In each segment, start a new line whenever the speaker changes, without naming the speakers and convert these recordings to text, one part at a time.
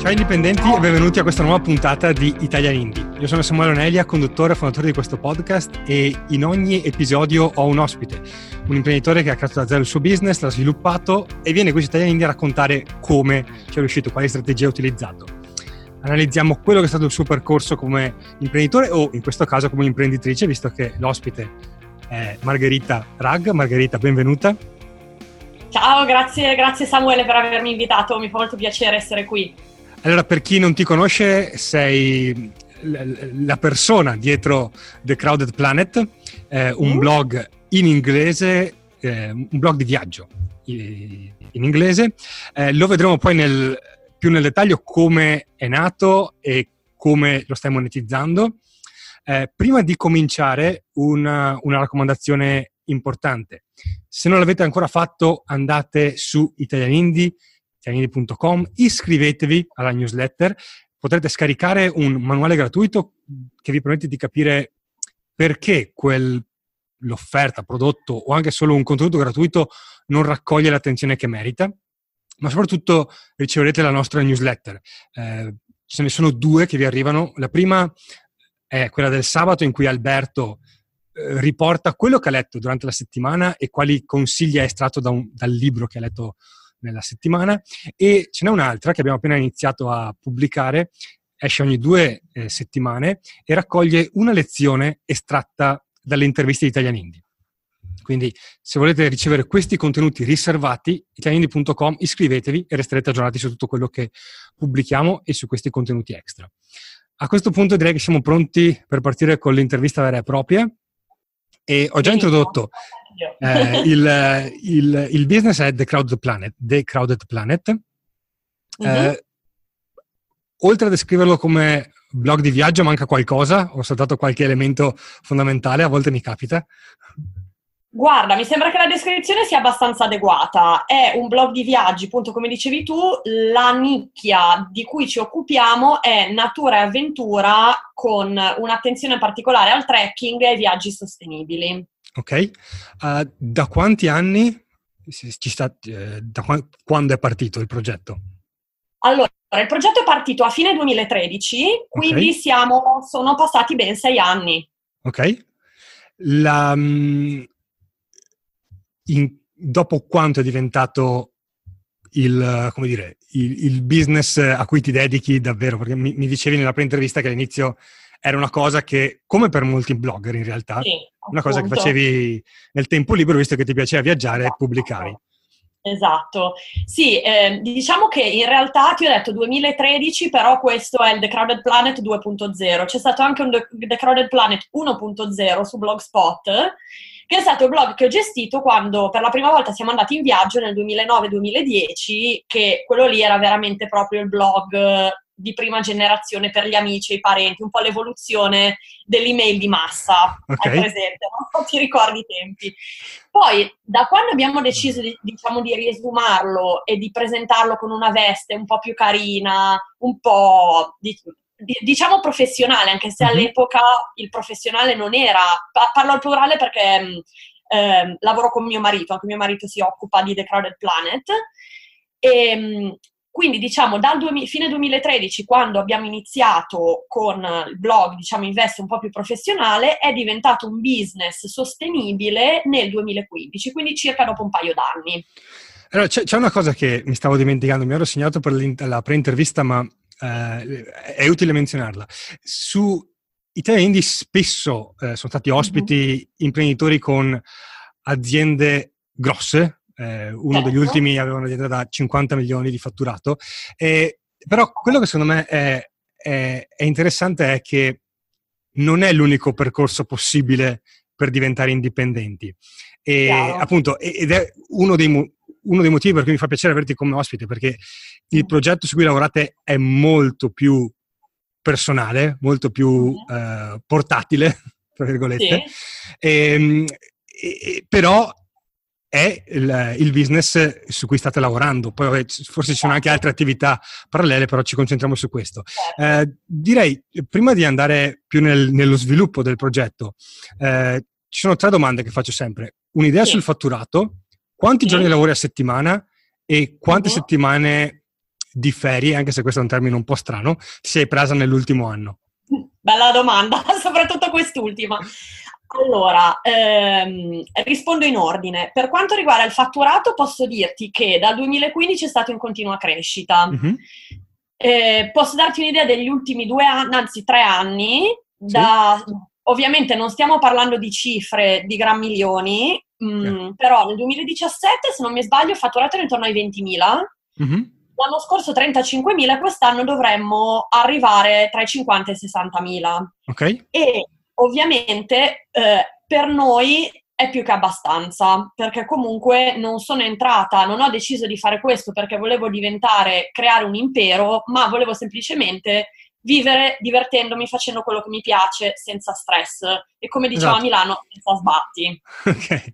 Ciao indipendenti e benvenuti a questa nuova puntata di Italian Indie. Io sono Samuele Onelia, conduttore e fondatore di questo podcast, e in ogni episodio ho un ospite, un imprenditore che ha creato da zero il suo business, l'ha sviluppato e viene qui su Italian Indie a raccontare come ci è riuscito, quali strategie ha utilizzato. Analizziamo quello che è stato il suo percorso come imprenditore o in questo caso come imprenditrice, visto che l'ospite è Margherita Rag. Margherita, benvenuta.
Ciao, grazie Samuele per avermi invitato, mi fa molto piacere essere qui.
Allora, per chi non ti conosce, sei la persona dietro The Crowded Planet, un blog in inglese, un blog di viaggio in inglese. Lo vedremo poi più nel dettaglio come è nato e come lo stai monetizzando. Prima di cominciare, una raccomandazione importante. Se non l'avete ancora fatto, andate su italianindie.com, iscrivetevi alla newsletter, potrete scaricare un manuale gratuito che vi permette di capire perché l'offerta, prodotto o anche solo un contenuto gratuito non raccoglie l'attenzione che merita, ma soprattutto riceverete la nostra newsletter. Ce ne sono due che vi arrivano. La prima è quella del sabato, in cui Alberto riporta quello che ha letto durante la settimana e quali consigli ha estratto dal libro che ha letto nella settimana, e ce n'è un'altra che abbiamo appena iniziato a pubblicare, esce ogni 2 settimane e raccoglie una lezione estratta dalle interviste di Italian Indie. Quindi se volete ricevere questi contenuti riservati, italianindie.com, iscrivetevi e resterete aggiornati su tutto quello che pubblichiamo e su questi contenuti extra. A questo punto direi che siamo pronti per partire con l'intervista vera e propria. E ho già introdotto il business è The Crowded Planet. Oltre a descriverlo come blog di viaggio, manca qualcosa? Ho saltato qualche elemento fondamentale? A volte mi capita.
Guarda, mi sembra che la descrizione sia abbastanza adeguata. È un blog di viaggi, appunto, come dicevi tu. La nicchia di cui ci occupiamo è natura e avventura, con un'attenzione particolare al trekking e ai viaggi sostenibili.
Ok. Da quanti anni quando è partito il progetto?
Allora, il progetto è partito a fine 2013, quindi sono passati ben 6 anni.
Ok. Dopo quanto è diventato il business a cui ti dedichi davvero? Perché mi dicevi nella pre-intervista che all'inizio era una cosa che, come per molti blogger in realtà,
sì,
una cosa che facevi nel tempo libero, visto che ti piaceva viaggiare, e pubblicavi.
Esatto, sì, diciamo che in realtà ti ho detto 2013, però questo è il The Crowded Planet 2.0. C'è stato anche un The Crowded Planet 1.0 su Blogspot, che è stato il blog che ho gestito quando per la prima volta siamo andati in viaggio nel 2009-2010, che quello lì era veramente proprio il blog di prima generazione per gli amici e i parenti, un po' l'evoluzione dell'email di massa.
Okay.
Hai presente? Non ti ricordi i tempi. Poi, da quando abbiamo deciso di riesumarlo e di presentarlo con una veste un po' più carina, un po' diciamo professionale, anche se all'epoca il professionale non era, parlo al plurale perché lavoro con mio marito, anche mio marito si occupa di The Crowded Planet, e quindi diciamo dal fine 2013, quando abbiamo iniziato con il blog, diciamo in veste un po' più professionale, è diventato un business sostenibile nel 2015, quindi circa dopo un paio d'anni.
Allora, c'è una cosa che mi stavo dimenticando, mi ero segnato per la pre-intervista, ma è utile menzionarla. Su Italian Indie spesso sono stati ospiti imprenditori con aziende grosse. Uno degli ultimi aveva un'azienda da 50 milioni di fatturato, però quello che secondo me è interessante è che non è l'unico percorso possibile per diventare indipendenti, appunto, ed è uno dei motivi per cui mi fa piacere averti come ospite, perché il progetto su cui lavorate è molto più personale, molto più portatile, tra virgolette, però è il business su cui state lavorando. Poi forse ci sono anche altre attività parallele, però ci concentriamo su questo. Direi, prima di andare più nello sviluppo del progetto, ci sono 3 domande che faccio sempre. Un'idea sul fatturato, quanti giorni lavori a settimana e quante settimane di ferie, anche se questo è un termine un po' strano, ti sei presa nell'ultimo anno?
Bella domanda, soprattutto quest'ultima. Allora, rispondo in ordine. Per quanto riguarda il fatturato, posso dirti che dal 2015 è stato in continua crescita.
Mm-hmm.
Posso darti un'idea degli ultimi 2 anni, anzi 3 anni.
Sì.
Ovviamente non stiamo parlando di cifre di gran milioni, però nel 2017, se non mi sbaglio, il fatturato era intorno ai 20.000.
Mm-hmm.
L'anno scorso 35.000 e quest'anno dovremmo arrivare tra i 50 e i 60.000.
Ok.
E ovviamente per noi è più che abbastanza, perché comunque non sono entrata, non ho deciso di fare questo perché volevo creare un impero, ma volevo semplicemente vivere divertendomi, facendo quello che mi piace, senza stress. E come diciamo a Milano, senza sbatti.
Ok.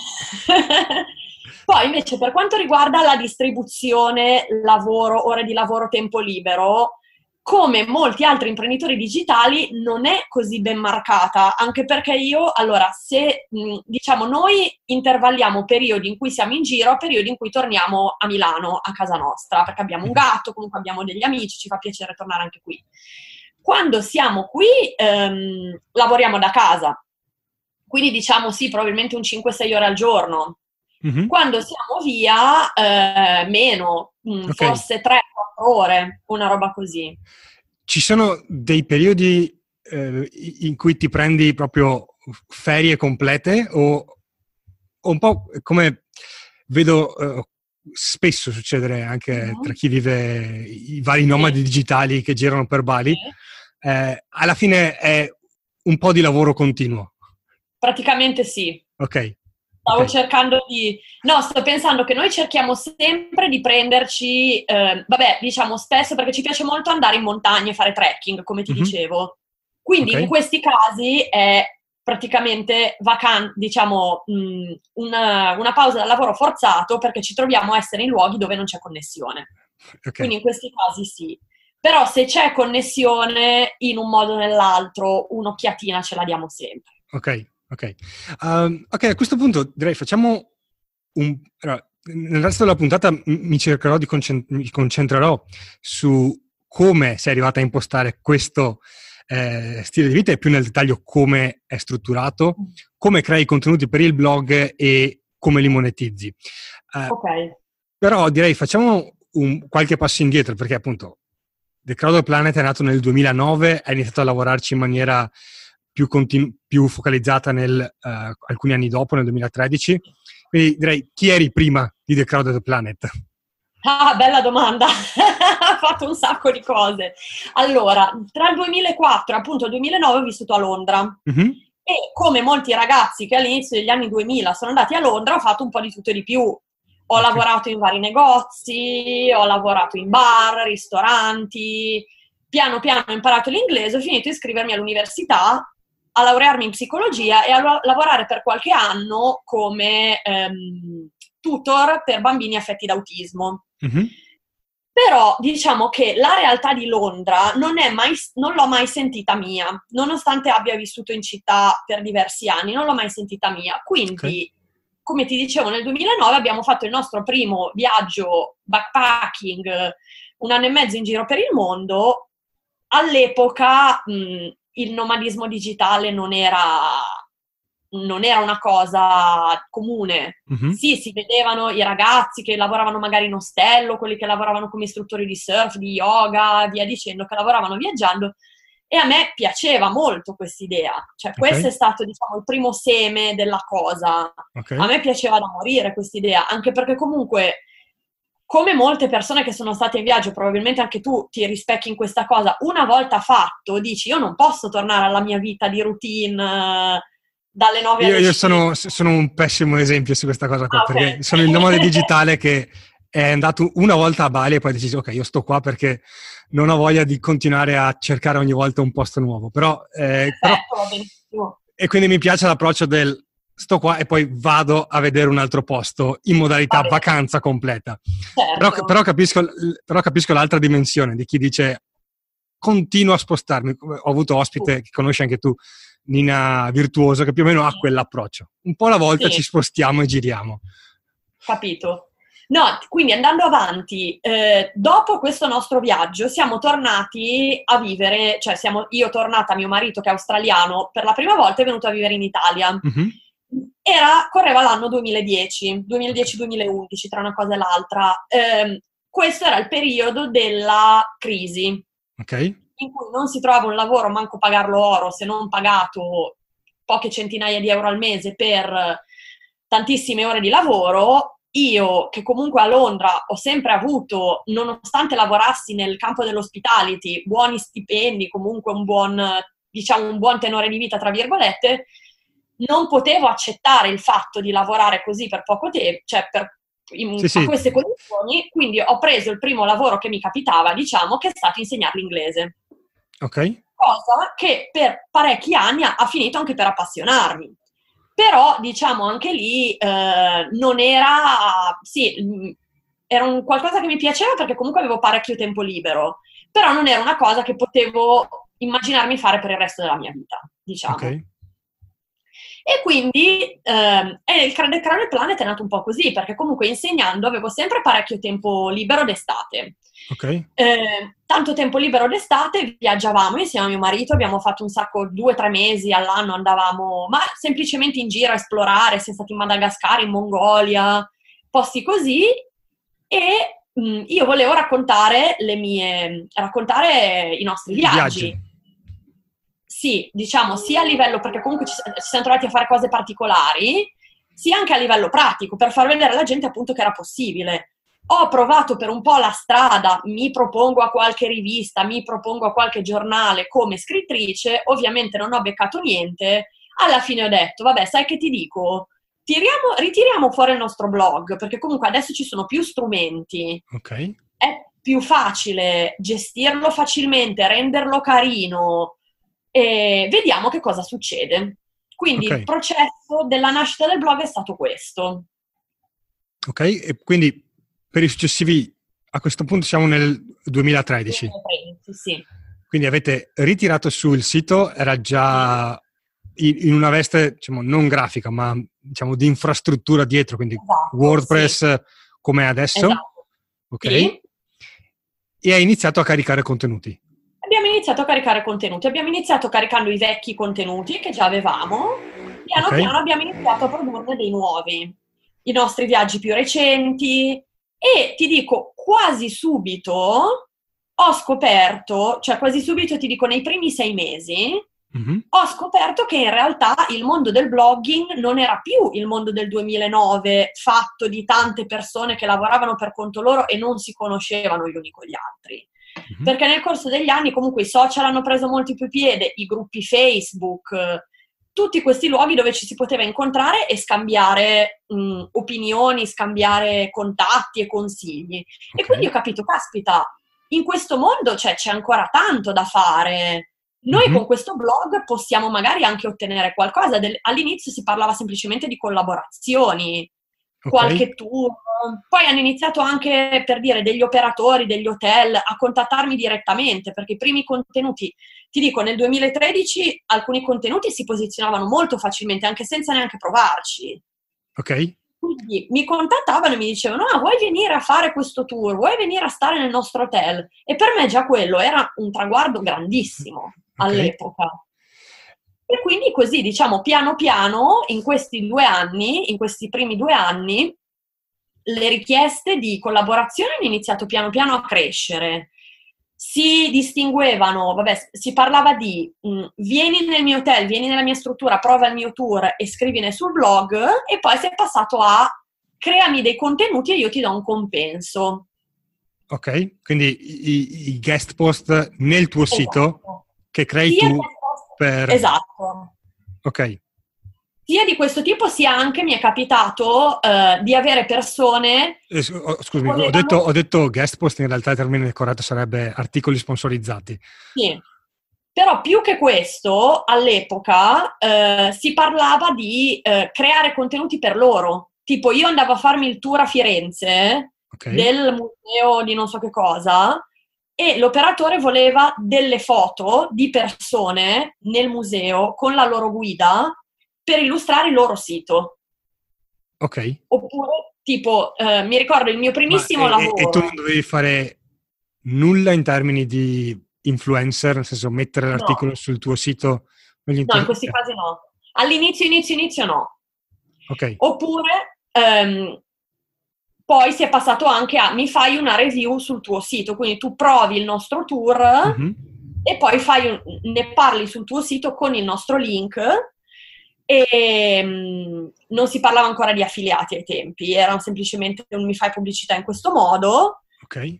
Poi invece per quanto riguarda la distribuzione, lavoro, ore di lavoro, tempo libero, come molti altri imprenditori digitali non è così ben marcata, anche perché se diciamo noi intervalliamo periodi in cui siamo in giro, periodi in cui torniamo a Milano, a casa nostra, perché abbiamo un gatto, comunque abbiamo degli amici, ci fa piacere tornare anche qui. Quando siamo qui lavoriamo da casa, quindi diciamo sì, probabilmente un 5-6 ore al giorno. Mm-hmm. Quando siamo via, meno, okay. Forse 3-4 ore, una roba così.
Ci sono dei periodi in cui ti prendi proprio ferie complete o un po' come vedo spesso succedere anche tra chi vive i vari nomadi digitali che girano per Bali, alla fine è un po' di lavoro continuo.
Praticamente sì.
Ok.
Sto pensando che noi cerchiamo sempre di prenderci, diciamo spesso, perché ci piace molto andare in montagna e fare trekking, come ti dicevo. Quindi in questi casi è praticamente diciamo una pausa dal lavoro forzato, perché ci troviamo a essere in luoghi dove non c'è connessione. Okay. Quindi in questi casi sì. Però se c'è connessione, in un modo o nell'altro, un'occhiatina ce la diamo sempre.
Ok, a questo punto direi facciamo nel resto della puntata mi concentrerò su come sei arrivata a impostare questo stile di vita e più nel dettaglio come è strutturato, come crei contenuti per il blog e come li monetizzi.
Ok.
Però direi facciamo qualche passo indietro, perché appunto The Crowded Planet è nato nel 2009, hai iniziato a lavorarci in maniera più focalizzata alcuni anni dopo, nel 2013. Quindi direi, chi eri prima di The Crowded Planet?
Ah, bella domanda. Ha fatto un sacco di cose. Allora, tra il 2004 e appunto il 2009 ho vissuto a Londra. Mm-hmm. E come molti ragazzi che all'inizio degli anni 2000 sono andati a Londra, ho fatto un po' di tutto e di più. Ho lavorato in vari negozi, ho lavorato in bar, ristoranti. Piano piano ho imparato l'inglese, ho finito di iscrivermi all'università, a laurearmi in psicologia e a lavorare per qualche anno come tutor per bambini affetti da autismo. Mm-hmm. Però diciamo che la realtà di Londra non l'ho mai sentita mia, nonostante abbia vissuto in città per diversi anni, non l'ho mai sentita mia. Quindi, come ti dicevo, nel 2009 abbiamo fatto il nostro primo viaggio backpacking, 1 anno e mezzo in giro per il mondo. All'epoca il nomadismo digitale non era una cosa comune. Mm-hmm. Sì, si vedevano i ragazzi che lavoravano magari in ostello, quelli che lavoravano come istruttori di surf, di yoga, via dicendo, che lavoravano viaggiando, e a me piaceva molto quest'idea. Cioè, questo è stato, diciamo, il primo seme della cosa. A me piaceva da morire quest'idea, anche perché comunque, come molte persone che sono state in viaggio, probabilmente anche tu ti rispecchi in questa cosa, una volta fatto, dici, io non posso tornare alla mia vita di routine dalle 9 alle 5.
Io sono un pessimo esempio su questa cosa qua, perché sono il nomade digitale che è andato una volta a Bali e poi ha deciso, ok, io sto qua perché non ho voglia di continuare a cercare ogni volta un posto nuovo. Però
va benissimo.
E quindi mi piace l'approccio del sto qua e poi vado a vedere un altro posto in modalità vacanza completa.
Certo.
Però capisco l'altra dimensione di chi dice continuo a spostarmi. Ho avuto ospite che conosci anche tu, Nina Virtuoso, che più o meno ha quell'approccio. Un po' alla volta ci spostiamo e giriamo.
Capito. No, quindi andando avanti, dopo questo nostro viaggio siamo tornati a vivere, cioè io tornata, mio marito che è australiano, per la prima volta è venuto a vivere in Italia.
Mhm.
Correva l'anno 2010,
Ok.
2010-2011, tra una cosa e l'altra. Questo era il periodo della crisi,
Ok.
in cui non si trovava un lavoro, manco pagarlo oro, se non pagato poche centinaia di euro al mese per tantissime ore di lavoro. Io, che comunque a Londra ho sempre avuto, nonostante lavorassi nel campo dell'hospitality, buoni stipendi, comunque diciamo, un buon tenore di vita, tra virgolette, non potevo accettare il fatto di lavorare così per poco tempo, cioè
Sì,
a
sì.
queste condizioni, quindi ho preso il primo lavoro che mi capitava, diciamo, che è stato insegnare l'inglese.
Ok.
Cosa che per parecchi anni ha finito anche per appassionarmi. Però, diciamo, anche lì non era... Sì, era un qualcosa che mi piaceva perché comunque avevo parecchio tempo libero, però non era una cosa che potevo immaginarmi fare per il resto della mia vita,
Ok.
diciamo. E quindi il Crane Planet è nato un po' così, perché comunque insegnando avevo sempre parecchio tempo libero d'estate.
Ok.
Tanto tempo libero d'estate, viaggiavamo insieme a mio marito, abbiamo fatto un sacco, 2 o 3 mesi all'anno andavamo, ma semplicemente in giro a esplorare, siamo stati in Madagascar, in Mongolia, posti così, e io volevo raccontare i nostri
I viaggi.
viaggi. Sì, diciamo, sia a livello, perché comunque ci siamo trovati a fare cose particolari, sia anche a livello pratico, per far vedere alla gente appunto che era possibile. Ho provato per un po' la strada, mi propongo a qualche rivista, mi propongo a qualche giornale come scrittrice, ovviamente non ho beccato niente, alla fine ho detto, vabbè, sai che ti dico? Ritiriamo fuori il nostro blog, perché comunque adesso ci sono più strumenti,
Ok.
è più facile gestirlo facilmente, renderlo carino, e vediamo che cosa succede. Quindi
Ok.
il processo della nascita del blog è stato questo.
Ok. E quindi per i successivi, a questo punto siamo nel 2013.
2013, sì.
Quindi avete ritirato su il sito, era
Sì,
già in una veste, diciamo, non grafica, ma diciamo di infrastruttura dietro, quindi
esatto, sì,
WordPress come adesso,
esatto.
ok?
Sì,
E hai iniziato a caricare contenuti.
abbiamo iniziato a caricare contenuti. Abbiamo iniziato caricando i vecchi contenuti che già avevamo. Piano
Ok?
piano abbiamo iniziato a produrne dei nuovi, i nostri viaggi più recenti. E ti dico, quasi subito ho scoperto, cioè quasi subito ti dico nei primi 6 mesi,
Mhm.
ho scoperto che in realtà il mondo del blogging non era più il mondo del 2009, fatto di tante persone che lavoravano per conto loro e non si conoscevano gli uni con gli altri.
Mhm.
Perché nel corso degli anni comunque i social hanno preso molto più piede, i gruppi Facebook, tutti questi luoghi dove ci si poteva incontrare e scambiare opinioni, scambiare contatti e consigli. E
Ok.
quindi ho capito, caspita, in questo mondo c'è ancora tanto da fare. Noi
Mhm.
con questo blog possiamo magari anche ottenere qualcosa. All'inizio si parlava semplicemente di collaborazioni,
Ok.
qualche tour. Poi hanno iniziato anche, per dire, degli operatori, degli hotel a contattarmi direttamente, perché i primi contenuti, ti dico, nel 2013 alcuni contenuti si posizionavano molto facilmente, anche senza neanche provarci.
Ok.
Quindi mi contattavano e mi dicevano: ah, vuoi venire a fare questo tour? Vuoi venire a stare nel nostro hotel? E per me già quello era un traguardo grandissimo
Ok.
all'epoca. E quindi così, diciamo, piano piano, in questi 2 anni, in questi primi 2 anni, le richieste di collaborazione hanno iniziato piano piano a crescere. Si distinguevano, vabbè, si parlava di vieni nel mio hotel, vieni nella mia struttura, prova il mio tour e scrivine sul blog, e poi si è passato a creami dei contenuti e io ti do un compenso.
Ok. Quindi i guest post nel tuo sito
Esatto.
che crei
Sia
tu per...
esatto.
Ok.
Sia di questo tipo, sia anche mi è capitato di avere persone che
Scusami, ho
volevano.
detto guest post, in realtà il termine corretto sarebbe articoli sponsorizzati.
Sì. Però più che questo, all'epoca si parlava di creare contenuti per loro. Tipo, io andavo a farmi il tour a Firenze
Ok?
del museo di non so che cosa, e l'operatore voleva delle foto di persone nel museo con la loro guida per illustrare il loro sito.
Ok.
Oppure Tipo, mi ricordo il mio primissimo lavoro.
E tu non dovevi fare nulla in termini di influencer, nel senso mettere l'articolo sul tuo sito?
No, in questi casi no. All'inizio no.
Ok.
Oppure poi si è passato anche a mi fai una review sul tuo sito, quindi tu provi il nostro tour e poi ne parli sul tuo sito con il nostro link. E non si parlava ancora di affiliati ai tempi, era semplicemente un mi fai pubblicità in questo modo.
Ok.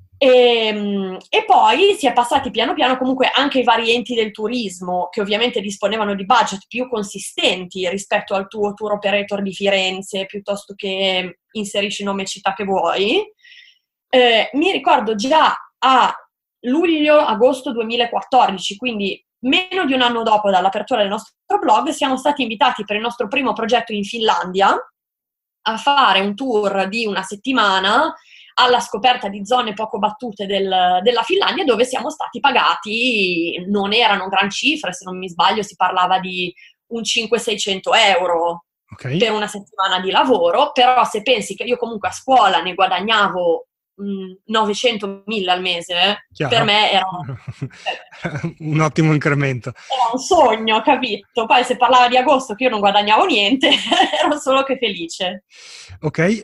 E poi si è passati piano piano comunque anche i vari enti del turismo, che ovviamente disponevano di budget più consistenti rispetto al tuo tour operator di Firenze, piuttosto che inserisci nome e città che vuoi. Mi ricordo già a luglio-agosto 2014, quindi meno di un anno dopo dall'apertura del nostro blog, siamo stati invitati per il nostro primo progetto in Finlandia a fare un tour di una settimana alla scoperta di zone poco battute della Finlandia, dove siamo stati pagati, non erano gran cifre, se non mi sbaglio si parlava di un 500-600 euro per una settimana di lavoro, però se pensi che io comunque a scuola ne guadagnavo 900.000 al mese,
chiaro.
Per me era
un ottimo incremento.
Era un sogno, capito? Poi se parlava di agosto che io non guadagnavo niente, ero solo che felice.
Ok,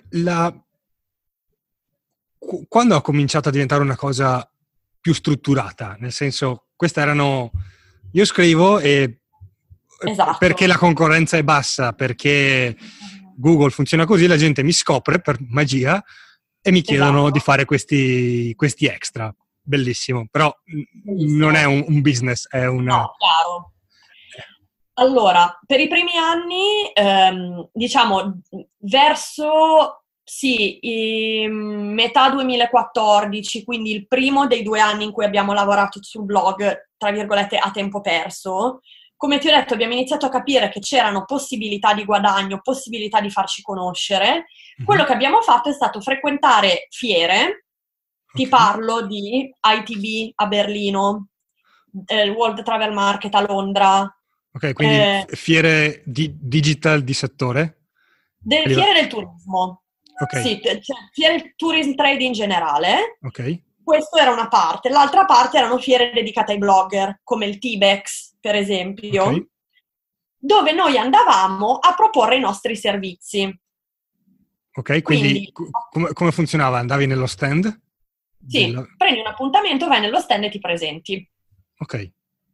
quando ha cominciato a diventare una cosa più strutturata? Nel senso, io scrivo e
esatto.
Perché la concorrenza è bassa, perché Google funziona così, la gente mi scopre per magia e mi chiedono di fare questi extra. Bellissimo, però non è un business, è una...
No, chiaro. Allora, per i primi anni, diciamo, verso, metà 2014, quindi il primo dei 2 anni in cui abbiamo lavorato sul blog, tra virgolette, a tempo perso, come ti ho detto, abbiamo iniziato a capire che c'erano possibilità di guadagno, possibilità di farci conoscere. Quello che abbiamo fatto è stato frequentare fiere, ti parlo di ITB a Berlino, World Travel Market a Londra.
Ok, quindi fiere digital di settore?
Fiere del turismo.
Okay.
Sì, cioè fiere tourism trade in generale.
Ok.
Questo era una parte. L'altra parte erano fiere dedicate ai blogger, come il T-Bex, per esempio, dove noi andavamo a proporre i nostri servizi.
Ok, quindi come funzionava? Andavi nello stand?
Sì, prendi un appuntamento, vai nello stand e ti presenti.
Ok.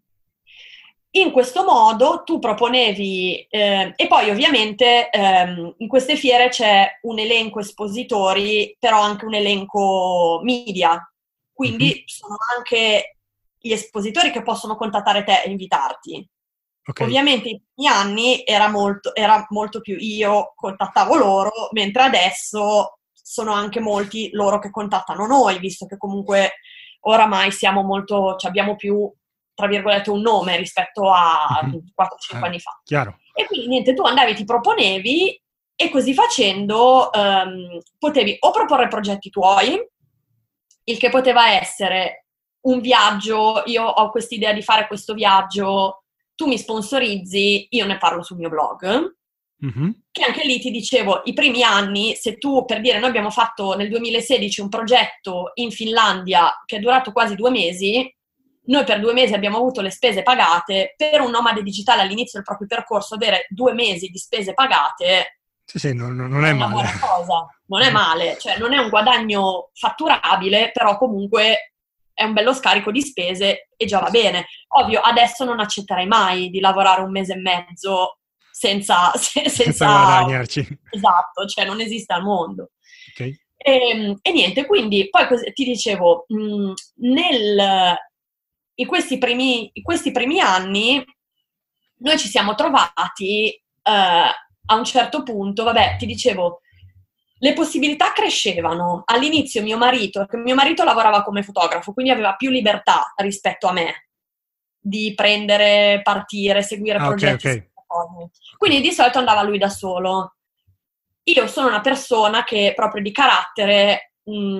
In questo modo tu proponevi, e poi ovviamente in queste fiere c'è un elenco espositori, però anche un elenco media, quindi sono anche gli espositori che possono contattare te e invitarti. Okay. Ovviamente in quegli anni era molto più io contattavo loro, mentre adesso sono anche molti loro che contattano noi, visto che comunque oramai siamo molto, cioè abbiamo più, tra virgolette, un nome rispetto a 4-5 anni fa.
Chiaro.
E quindi niente, tu andavi, ti proponevi e così facendo potevi o proporre progetti tuoi, il che poteva essere un viaggio, io ho quest'idea di fare questo viaggio, tu mi sponsorizzi, io ne parlo sul mio blog. Che anche lì ti dicevo, i primi anni, se tu, per dire, noi abbiamo fatto nel 2016 un progetto in Finlandia che è durato quasi 2 mesi, noi per 2 mesi abbiamo avuto le spese pagate, per un nomade digitale all'inizio del proprio percorso avere 2 mesi di spese pagate
sì, non è
una
male.
buona cosa, non è male, cioè non è un guadagno fatturabile, però comunque è un bello scarico di spese e già va bene. Ovvio, adesso non accetterei mai di lavorare 1 mese e mezzo senza
guadagnarci.
Esatto, cioè non esiste al mondo.
Okay.
E niente, quindi poi ti dicevo, in questi primi anni noi ci siamo trovati a un certo punto, vabbè, ti dicevo, le possibilità crescevano. All'inizio mio marito lavorava come fotografo, quindi aveva più libertà rispetto a me di prendere, partire, seguire progetti.
Okay.
Quindi di solito andava lui da solo. Io sono una persona che proprio di carattere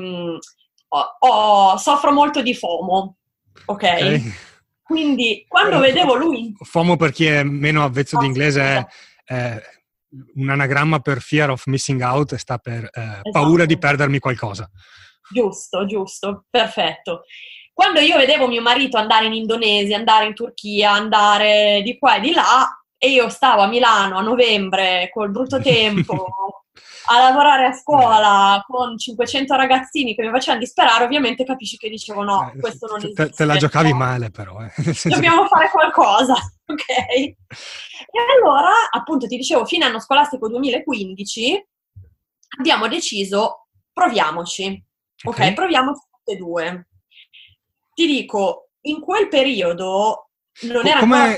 soffro molto di FOMO, ok? Quindi quando vedevo lui...
FOMO, per chi è meno avvezzo di inglese, è un anagramma per fear of missing out, sta per paura
Esatto.
di perdermi qualcosa.
Giusto, giusto, perfetto. Quando io vedevo mio marito andare in Indonesia, andare in Turchia, andare di qua e di là, e io stavo a Milano a novembre col brutto tempo, a lavorare a scuola con 500 ragazzini che mi facevano disperare, ovviamente capisci che dicevo no, questo non
te la
esiste.
giocavi
No,
male però. Nel senso
dobbiamo fare qualcosa, ok? E allora, appunto, ti dicevo, fine anno scolastico 2015, abbiamo deciso, proviamoci. Ok, proviamoci tutte e due. Ti dico, in quel periodo non era ancora...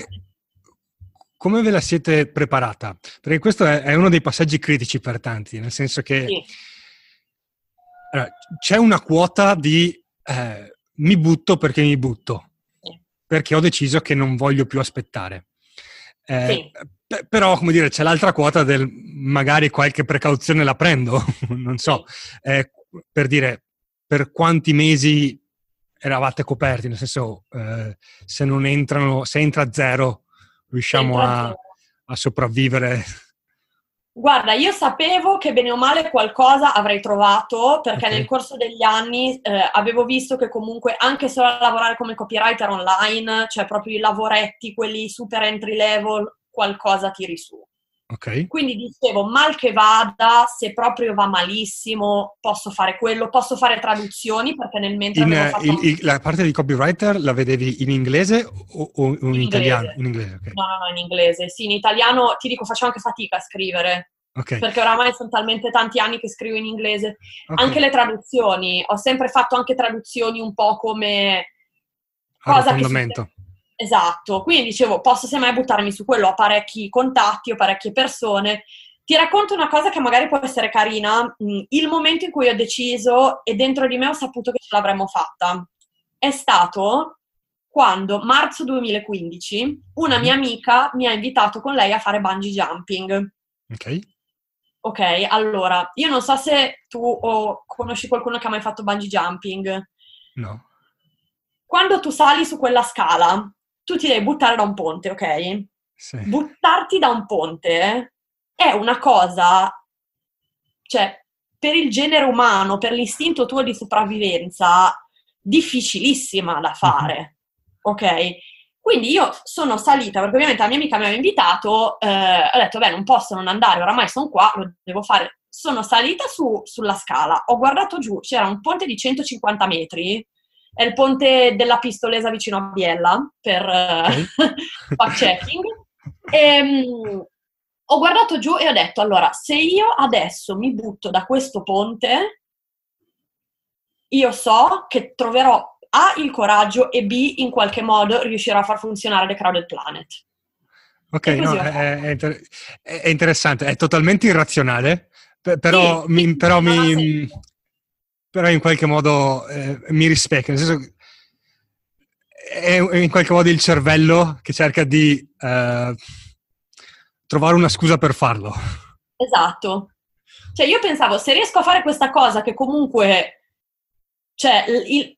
Come ve la siete preparata? Perché questo è uno dei passaggi critici per tanti, nel senso che
Sì.
allora, c'è una quota di mi butto perché mi butto,
Sì.
perché ho deciso che non voglio più aspettare.
Sì.
Però, come dire, c'è l'altra quota del magari qualche precauzione la prendo, non so, per dire, per quanti mesi eravate coperti, nel senso, se entra zero, riusciamo
Entra zero.
a sopravvivere.
Guarda, io sapevo che bene o male qualcosa avrei trovato, perché
Okay.
nel corso degli anni avevo visto che comunque anche solo a lavorare come copywriter online, cioè proprio i lavoretti, quelli super entry level, qualcosa tiri su.
Ok.
Quindi dicevo, mal che vada, se proprio va malissimo, posso fare quello, posso fare traduzioni, perché nel mentre avevo fatto
La parte di copywriter la vedevi in inglese o in
in
italiano?
inglese.
In inglese, ok.
No, in inglese. Sì, in italiano ti dico, faccio anche fatica a scrivere,
Ok,
perché oramai sono talmente tanti anni che scrivo in inglese.
ok.
Anche le traduzioni, ho sempre fatto anche traduzioni un po' come cosa che succede.
Arrotondamento.
Esatto, quindi dicevo, posso semmai buttarmi su quello, ho parecchi contatti, ho parecchie persone. Ti racconto una cosa che magari può essere carina. Il momento in cui ho deciso e dentro di me ho saputo che ce l'avremmo fatta è stato quando, marzo 2015, una mia amica mi ha invitato con lei a fare bungee jumping.
Ok.
Ok, allora, io non so se tu conosci qualcuno che ha mai fatto bungee jumping.
No.
Quando tu sali su quella scala, tu ti devi buttare da un ponte, ok?
Sì.
Buttarti da un ponte è una cosa, cioè, per il genere umano, per l'istinto tuo di sopravvivenza, difficilissima da fare, ok? Quindi io sono salita, perché ovviamente la mia amica mi aveva invitato, ho detto, beh, non posso non andare, oramai sono qua, lo devo fare. Sono salita sulla scala, ho guardato giù, c'era un ponte di 150 metri, è il ponte della Pistolesa vicino a Biella, per
Ok.
fact-checking, e ho guardato giù e ho detto, allora, se io adesso mi butto da questo ponte, io so che troverò A, il coraggio e B, in qualche modo riuscirò a far funzionare The Crowded Planet.
Ok,
E
no,
così ho fatto.
è interessante, è totalmente irrazionale,
Sì, sì, sì, non ha senso.
però in qualche modo mi rispecchia, nel senso che è in qualche modo il cervello che cerca di trovare una scusa per farlo.
Esatto. Cioè io pensavo, se riesco a fare questa cosa che comunque, cioè,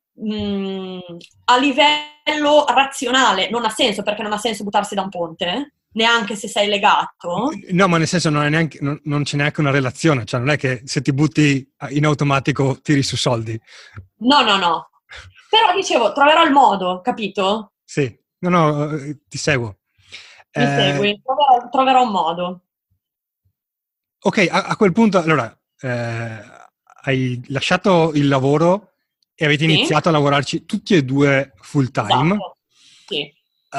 a livello razionale non ha senso, perché non ha senso buttarsi da un ponte, neanche se sei legato.
No, ma nel senso non c'è neanche una relazione, cioè non è che se ti butti in automatico tiri su soldi.
No. Però dicevo, troverò il modo, capito?
Sì, no, ti seguo.
Mi segui? Troverò un modo.
Ok, a quel punto, allora, hai lasciato il lavoro e avete
Sì?
iniziato a lavorarci tutti e due full time.
Esatto. Sì.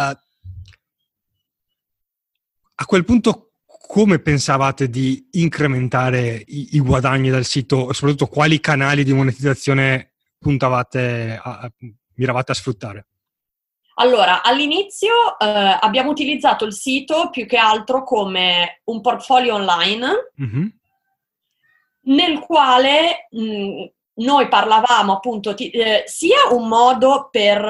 A quel punto, come pensavate di incrementare i guadagni dal sito e soprattutto quali canali di monetizzazione miravate a sfruttare?
Allora, all'inizio abbiamo utilizzato il sito più che altro come un portfolio online
Mm-hmm.
nel quale noi parlavamo appunto sia un modo per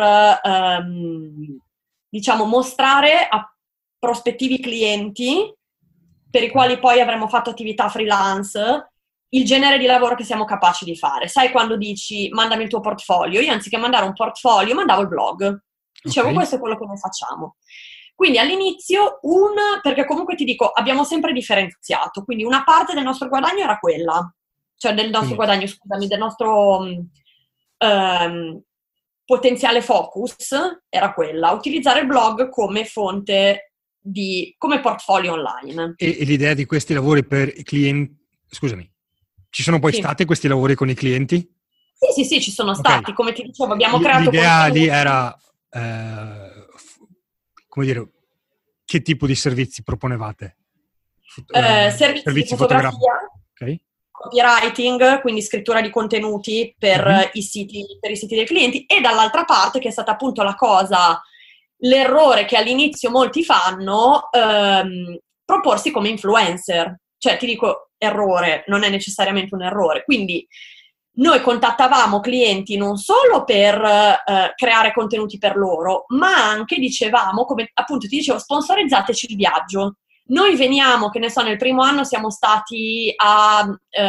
diciamo mostrare a prospettivi clienti per i quali poi avremmo fatto attività freelance il genere di lavoro che siamo capaci di fare. Sai quando dici mandami il tuo portfolio? Io anziché mandare un portfolio mandavo il blog. Dicevo
Ok.
questo è quello che noi facciamo. Quindi all'inizio perché comunque ti dico, abbiamo sempre differenziato, quindi una parte del nostro guadagno era quella, cioè del nostro guadagno, scusami, del nostro potenziale focus era quella, utilizzare il blog come fonte come portfolio online.
E l'idea di questi lavori per i clienti, scusami, ci sono poi stati questi lavori con i clienti?
Sì, ci sono stati, come ti dicevo, abbiamo creato...
L'idea lì era, come dire, che tipo di servizi proponevate?
Servizi di fotografia,
okay.
Copywriting, quindi scrittura di contenuti per i siti dei clienti, e dall'altra parte, che è stata appunto l'errore che all'inizio molti fanno, proporsi come influencer. Cioè, ti dico errore, non è necessariamente un errore. Quindi noi contattavamo clienti non solo per creare contenuti per loro, ma anche dicevamo, come appunto ti dicevo, sponsorizzateci il viaggio. Noi veniamo, che ne so, nel primo anno siamo stati a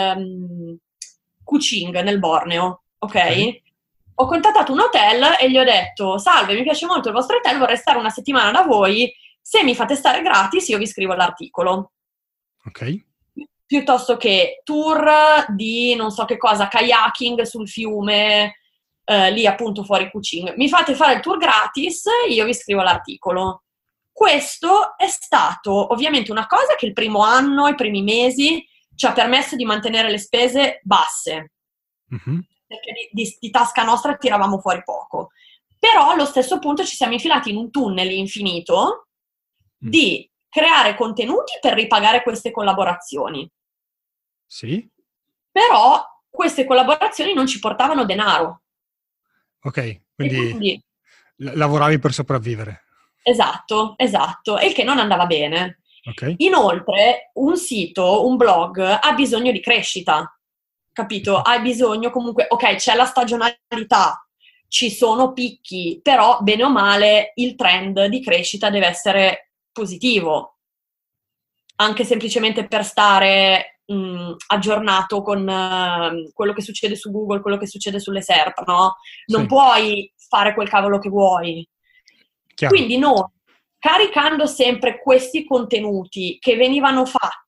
Kuching, nel Borneo, ok? Ho contattato un hotel e gli ho detto: salve, mi piace molto il vostro hotel, vorrei stare una settimana da voi, se mi fate stare gratis io vi scrivo l'articolo.
Ok.
Piuttosto che tour di non so che cosa, kayaking sul fiume, lì appunto fuori Kuching. Mi fate fare il tour gratis, io vi scrivo l'articolo. Questo è stato ovviamente una cosa che il primo anno, i primi mesi, ci ha permesso di mantenere le spese basse, perché di tasca nostra tiravamo fuori poco. Però allo stesso punto ci siamo infilati in un tunnel infinito di creare contenuti per ripagare queste collaborazioni.
Sì.
Però queste collaborazioni non ci portavano denaro.
Ok, quindi lavoravi per sopravvivere.
Esatto, e il che non andava bene.
Okay.
Inoltre, un sito, un blog, ha bisogno di crescita, capito? Ha bisogno comunque, ok, c'è la stagionalità, ci sono picchi, però bene o male il trend di crescita deve essere positivo, anche semplicemente per stare aggiornato con quello che succede su Google, quello che succede sulle SERP, no? Non puoi fare quel cavolo che vuoi.
Chiaro.
Quindi noi, caricando sempre questi contenuti che venivano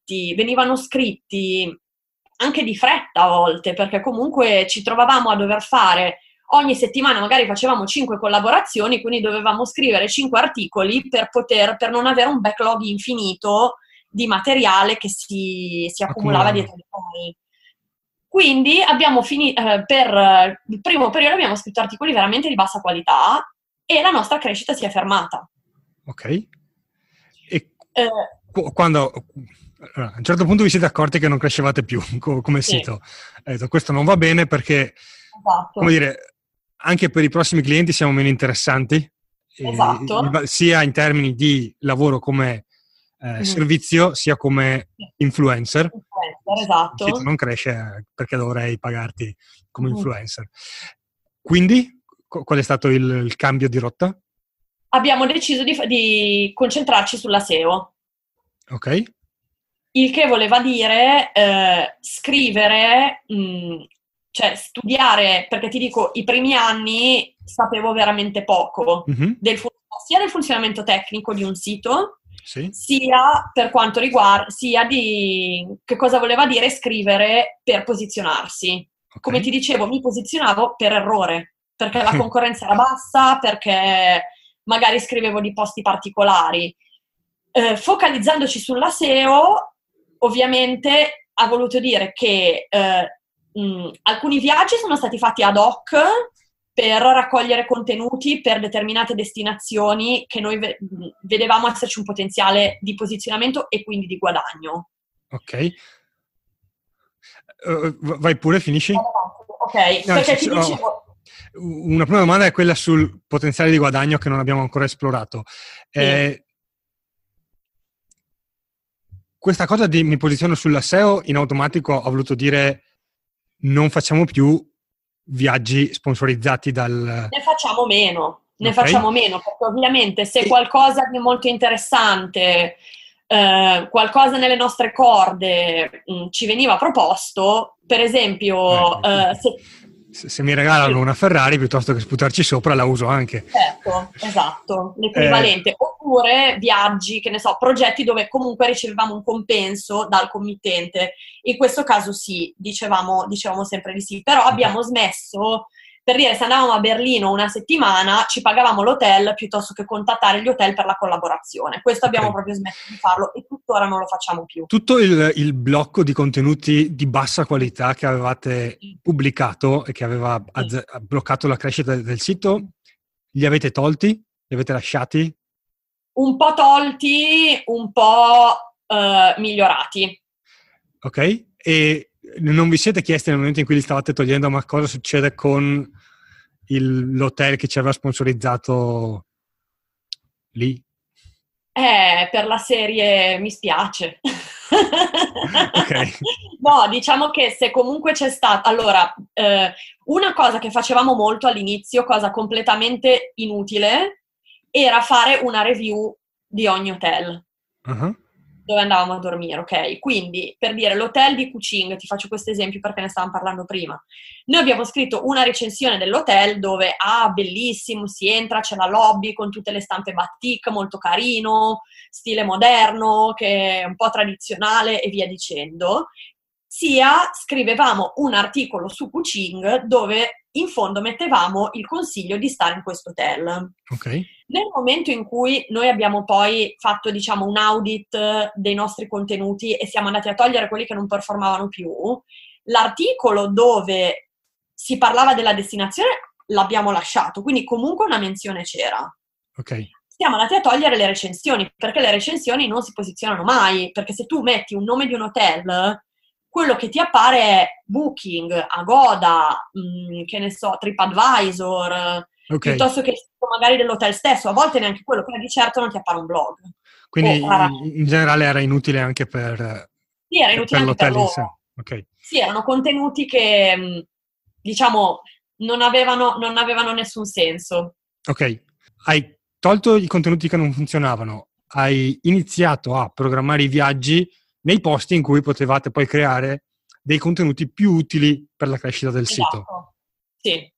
scritti anche di fretta a volte, perché comunque ci trovavamo a dover fare ogni settimana, magari facevamo 5 collaborazioni, quindi dovevamo scrivere 5 articoli per non avere un backlog infinito di materiale che si accumulava dietro di noi. Quindi abbiamo finito, per il primo periodo abbiamo scritto articoli veramente di bassa qualità e la nostra crescita si è fermata.
Ok. E quando a un certo punto vi siete accorti che non crescevate più come sito, detto, questo non va bene perché, come dire, anche per i prossimi clienti siamo meno interessanti, sia in termini di lavoro come servizio, sia come influencer.
Esatto.
Il sito non cresce perché dovrei pagarti come influencer. Quindi, qual è stato il cambio di rotta?
Abbiamo deciso di concentrarci sulla SEO.
Ok.
Il che voleva dire scrivere, cioè studiare, perché ti dico, i primi anni sapevo veramente poco sia del funzionamento tecnico di un sito, sia per quanto riguarda, sia di che cosa voleva dire scrivere per posizionarsi. Come ti dicevo, mi posizionavo per errore, perché la concorrenza era bassa, perché magari scrivevo di posti particolari. Focalizzandoci sulla SEO, ovviamente ha voluto dire che alcuni viaggi sono stati fatti ad hoc per raccogliere contenuti per determinate destinazioni che noi vedevamo esserci un potenziale di posizionamento e quindi di guadagno.
Ok. Vai pure, finisci?
Ok, no, perché ti dicevo...
Una prima domanda è quella sul potenziale di guadagno che non abbiamo ancora esplorato. Questa cosa di mi posiziono sulla SEO in automatico ha voluto dire non facciamo più viaggi sponsorizzati dal...
Ne facciamo meno, perché ovviamente se qualcosa di molto interessante, qualcosa nelle nostre corde ci veniva proposto, per esempio...
se mi regalano una Ferrari, piuttosto che sputarci sopra, la uso anche.
Certo, esatto, l'equivalente. oppure viaggi, che ne so, progetti dove comunque ricevevamo un compenso dal committente. In questo caso sì, dicevamo sempre di sì, però abbiamo smesso, per dire, se andavamo a Berlino una settimana, ci pagavamo l'hotel piuttosto che contattare gli hotel per la collaborazione. Questo abbiamo proprio smesso di farlo e tuttora non lo facciamo più.
Tutto il blocco di contenuti di bassa qualità che avevate pubblicato e che aveva bloccato la crescita del sito, li avete tolti? Li avete lasciati?
Un po' tolti, un po' migliorati.
Ok, e non vi siete chiesti nel momento in cui li stavate togliendo, ma cosa succede con l'hotel che ci aveva sponsorizzato lì?
Per la serie mi spiace.
Ok.
No, diciamo che se comunque c'è stata... Allora, una cosa che facevamo molto all'inizio, cosa completamente inutile, era fare una review di ogni hotel.
Uh-huh.
Dove andavamo a dormire, ok? Quindi, per dire, l'hotel di Kuching, ti faccio questo esempio perché ne stavamo parlando prima. Noi abbiamo scritto una recensione dell'hotel dove, bellissimo, si entra, c'è la lobby con tutte le stampe batik, molto carino, stile moderno, che è un po' tradizionale e via dicendo. Sia scrivevamo un articolo su Kuching dove in fondo mettevamo il consiglio di stare in questo hotel.
Ok.
Nel momento in cui noi abbiamo poi fatto, diciamo, un audit dei nostri contenuti e siamo andati a togliere quelli che non performavano più, l'articolo dove si parlava della destinazione l'abbiamo lasciato, quindi comunque una menzione c'era.
Ok.
Siamo andati a togliere le recensioni, perché le recensioni non si posizionano mai, perché se tu metti un nome di un hotel, quello che ti appare è Booking, Agoda, che ne so, TripAdvisor, piuttosto che il sito magari dell'hotel stesso, a volte neanche quello, però di certo non ti appare un blog.
Quindi in generale era inutile anche per,
sì, era inutile anche per
l'hotel in sé.
loro.
Okay.
Sì, erano contenuti che, diciamo, non avevano nessun senso.
Ok, hai tolto i contenuti che non funzionavano, hai iniziato a programmare i viaggi nei posti in cui potevate poi creare dei contenuti più utili per la crescita del sito.
Sì.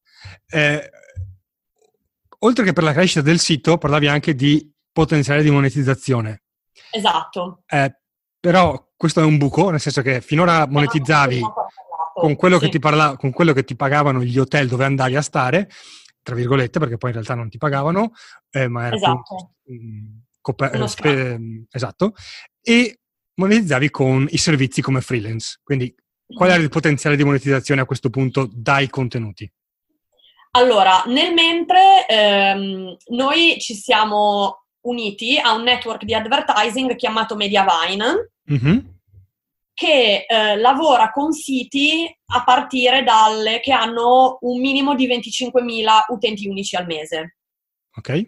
Oltre che per la crescita del sito, parlavi anche di potenziale di monetizzazione.
Esatto.
Però questo è un buco, nel senso che finora monetizzavi con quello che con quello che ti pagavano gli hotel dove andavi a stare, tra virgolette, perché poi in realtà non ti pagavano, ma era esatto, e monetizzavi con i servizi come freelance. Quindi qual è il potenziale di monetizzazione a questo punto dai contenuti?
Allora, nel mentre noi ci siamo uniti a un network di advertising chiamato Mediavine, che lavora con siti a partire dalle che hanno un minimo di 25.000 utenti unici al mese.
Ok.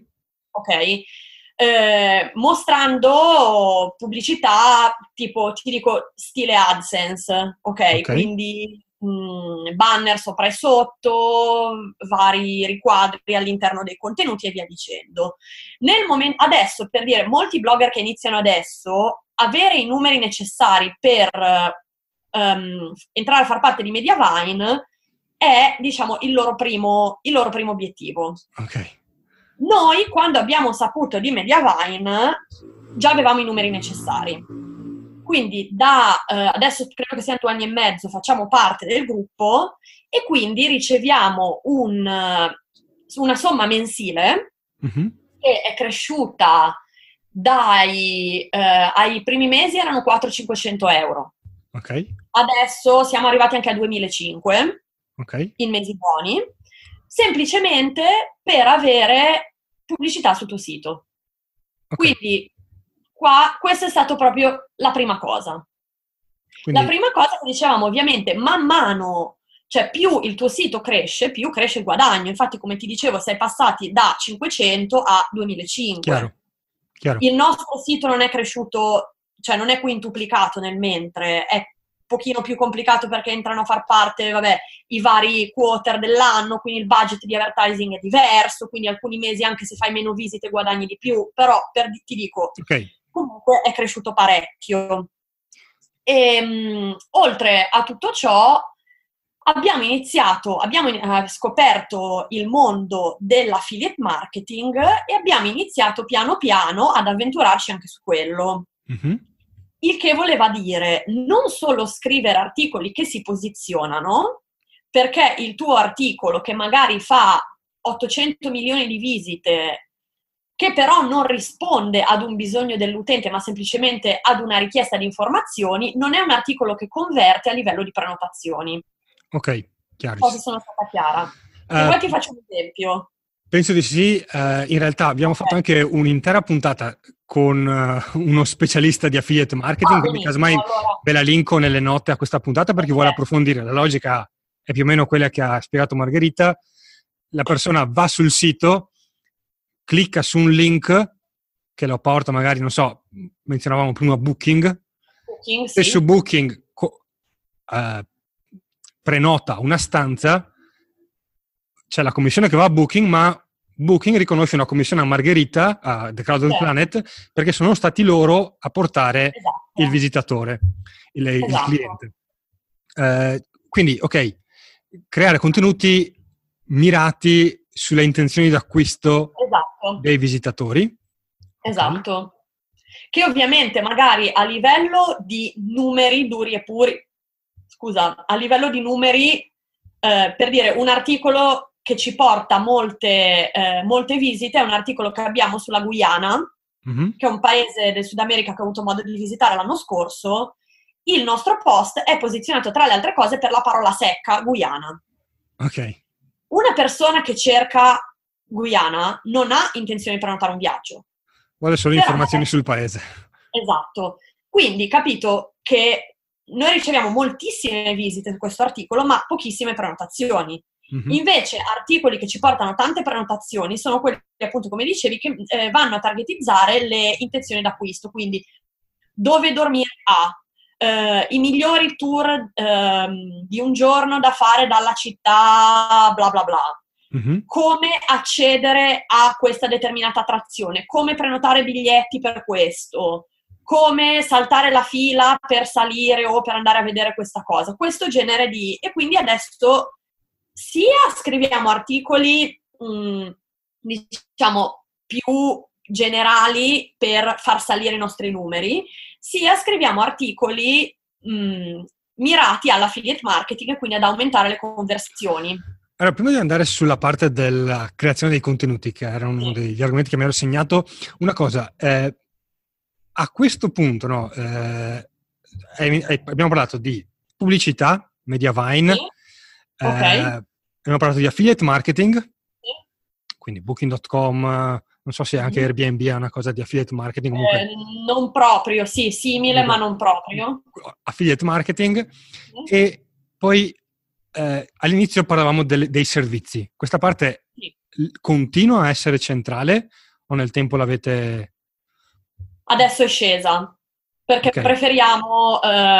Mostrando pubblicità tipo, ti dico, stile AdSense, ok? Quindi banner sopra e sotto, vari riquadri all'interno dei contenuti e via dicendo. Nel momento, adesso, per dire, molti blogger che iniziano adesso, avere i numeri necessari per entrare a far parte di Mediavine è, diciamo, il loro primo obiettivo.
Ok.
Noi, quando abbiamo saputo di Mediavine, già avevamo i numeri necessari. Quindi adesso credo che siano 2 anni e mezzo, facciamo parte del gruppo e quindi riceviamo una somma mensile che è cresciuta ai primi mesi erano 400-500 euro.
Okay.
Adesso siamo arrivati anche a 2.500 in mesi buoni, semplicemente per avere pubblicità sul tuo sito. Quindi qua, questa è stata proprio la prima cosa. Quindi... La prima cosa che dicevamo, ovviamente, man mano, cioè più il tuo sito cresce, più cresce il guadagno. Infatti, come ti dicevo, sei passati da 500 a 2.500. Chiaro. Il nostro sito non è cresciuto, cioè non è quintuplicato nel mentre, è un pochino più complicato perché entrano a far parte, i vari quarter dell'anno, quindi il budget di advertising è diverso, quindi alcuni mesi anche se fai meno visite guadagni di più, però ti dico, comunque è cresciuto parecchio. E oltre a tutto ciò, abbiamo scoperto il mondo dell'affiliate marketing e abbiamo iniziato piano piano ad avventurarci anche su quello.
Mhm.
Il che voleva dire non solo scrivere articoli che si posizionano, perché il tuo articolo che magari fa 800 milioni di visite, che però non risponde ad un bisogno dell'utente, ma semplicemente ad una richiesta di informazioni, non è un articolo che converte a livello di prenotazioni.
Ok,
Non so se
chiarissimo.
sono stata chiara. Se vuoi ti faccio un esempio.
Penso di sì. In realtà abbiamo fatto anche un'intera puntata con uno specialista di affiliate marketing, quindi
Benissimo,
casomai
allora.
ve la linko nelle note a questa puntata per chi vuole approfondire. La logica è più o meno quella che ha spiegato Margherita. La persona va sul sito, clicca su un link che lo porta magari, non so, menzionavamo prima Booking,
Booking,
e
sì.
su Booking prenota una stanza, c'è la commissione che va a Booking, ma Booking riconosce una commissione a Margherita, a The Crowded
Certo.
Planet, perché sono stati loro a portare
Esatto.
il visitatore, il
Esatto.
cliente. Quindi, ok, creare contenuti mirati sulle intenzioni d'acquisto
Esatto.
dei visitatori.
Esatto. Che ovviamente magari a livello di numeri duri e puri, a livello di numeri, per dire un articolo che ci porta molte visite è un articolo che abbiamo sulla Guyana, che è un paese del Sud America che ho avuto modo di visitare l'anno scorso. Il nostro post è posizionato tra le altre cose per la parola secca, Guyana.
Ok.
Una persona che cerca Guyana non ha intenzione di prenotare un viaggio.
Vuole solo informazioni sul paese.
Esatto. Quindi, capito che noi riceviamo moltissime visite su questo articolo, ma pochissime prenotazioni.
Mhm.
Invece, articoli che ci portano tante prenotazioni sono quelli, appunto, come dicevi, che vanno a targetizzare le intenzioni d'acquisto. Quindi, dove dormire i migliori tour di un giorno da fare dalla città, bla bla bla.
Mhm.
Come accedere a questa determinata attrazione, come prenotare biglietti per questo, come saltare la fila per salire o per andare a vedere questa cosa, questo genere di... E quindi adesso sia scriviamo articoli, diciamo, più generali per far salire i nostri numeri, sia scriviamo articoli mirati all'affiliate marketing e quindi ad aumentare le conversioni.
Allora, prima di andare sulla parte della creazione dei contenuti, che era uno degli argomenti che mi ero segnato, una cosa, a questo punto, no, abbiamo parlato di pubblicità, Mediavine,
Sì. Okay.
abbiamo parlato di affiliate marketing,
Sì.
quindi Booking.com, non so se anche Airbnb è una cosa di affiliate marketing. Comunque,
non proprio, sì, simile, ma non proprio.
Affiliate marketing. E poi all'inizio parlavamo dei servizi. Questa parte continua a essere centrale o nel tempo l'avete...
Adesso è scesa, perché preferiamo